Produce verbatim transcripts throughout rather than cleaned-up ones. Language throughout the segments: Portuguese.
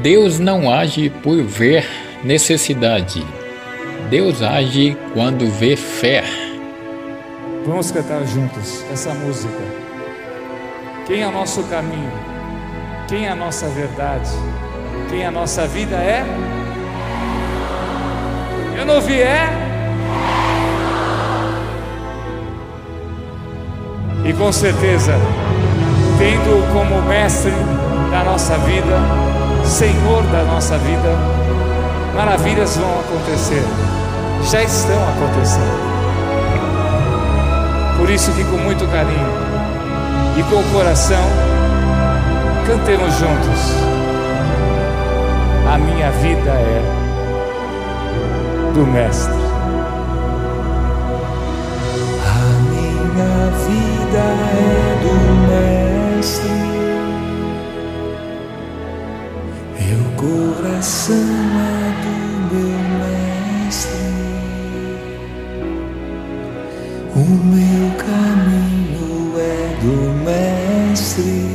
Deus não age por ver necessidade. Deus age quando vê fé. Vamos cantar juntos essa música. Quem é o nosso caminho? Quem é a nossa verdade? Quem a nossa vida é? Eu não vi é? E com certeza, tendo como mestre da nossa vida, Senhor da nossa vida, maravilhas vão acontecer, já estão acontecendo. Por isso que com muito carinho e com o coração, cantemos juntos. A minha vida é do Mestre. A minha vida é do Mestre. Meu coração é do meu Mestre. O meu caminho é do Mestre.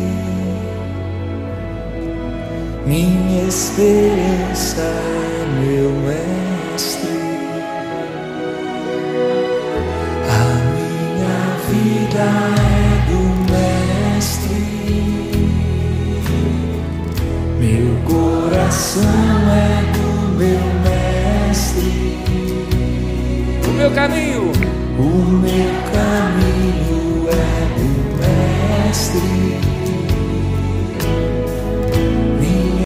Minha esperança é meu Mestre. A minha vida é do Mestre. Meu coração é do meu Mestre. O meu caminho, o meu caminho